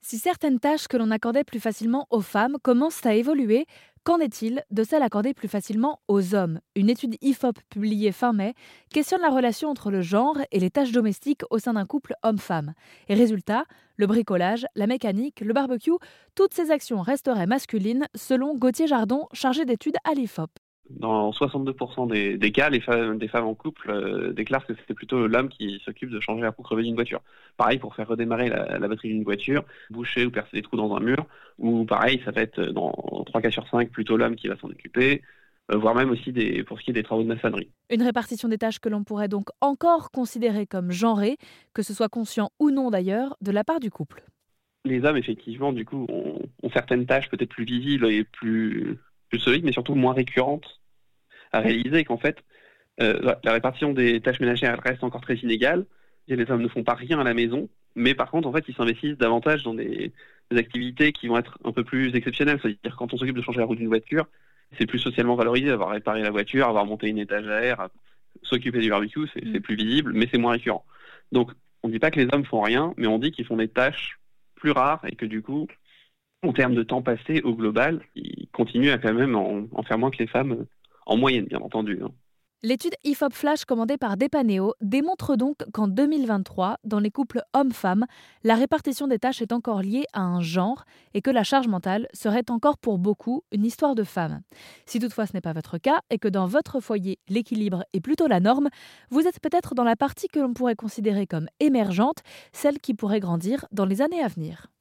Si certaines tâches que l'on accordait plus facilement aux femmes commencent à évoluer, qu'en est-il de celles accordées plus facilement aux hommes? Une étude IFOP publiée fin mai questionne la relation entre le genre et les tâches domestiques au sein d'un couple homme-femme. Et résultat, le bricolage, la mécanique, le barbecue, toutes ces actions resteraient masculines selon Gauthier Jardon, chargé d'études à l'IFOP. Dans 62% des cas, des femmes en couple déclarent que c'est plutôt l'homme qui s'occupe de changer la roue crevée d'une voiture. Pareil pour faire redémarrer la batterie d'une voiture, boucher ou percer des trous dans un mur, ou pareil, ça va être dans 3 cas sur 5 plutôt l'homme qui va s'en occuper, voire même aussi pour ce qui est des travaux de maçonnerie. Une répartition des tâches que l'on pourrait donc encore considérer comme genrée, que ce soit conscient ou non d'ailleurs, de la part du couple. Les hommes, effectivement, du coup, ont certaines tâches peut-être plus visibles et plus solides, mais surtout moins récurrentes à réaliser, et qu'en fait, la répartition des tâches ménagères, elle reste encore très inégale. Et les hommes ne font pas rien à la maison, mais par contre, en fait, ils s'investissent davantage dans des activités qui vont être un peu plus exceptionnelles. C'est-à-dire, quand on s'occupe de changer la roue d'une voiture, c'est plus socialement valorisé d'avoir réparé la voiture, avoir monté une étagère, s'occuper du barbecue, c'est plus visible, mais c'est moins récurrent. Donc, on ne dit pas que les hommes font rien, mais on dit qu'ils font des tâches plus rares et que du coup, en termes de temps passé au global, ils continuent à quand même en faire moins que les femmes, en moyenne, bien entendu. L'étude IFOP Flash commandée par Depaneo démontre donc qu'en 2023, dans les couples hommes-femmes, la répartition des tâches est encore liée à un genre et que la charge mentale serait encore pour beaucoup une histoire de femmes. Si toutefois ce n'est pas votre cas et que dans votre foyer l'équilibre est plutôt la norme, vous êtes peut-être dans la partie que l'on pourrait considérer comme émergente, celle qui pourrait grandir dans les années à venir.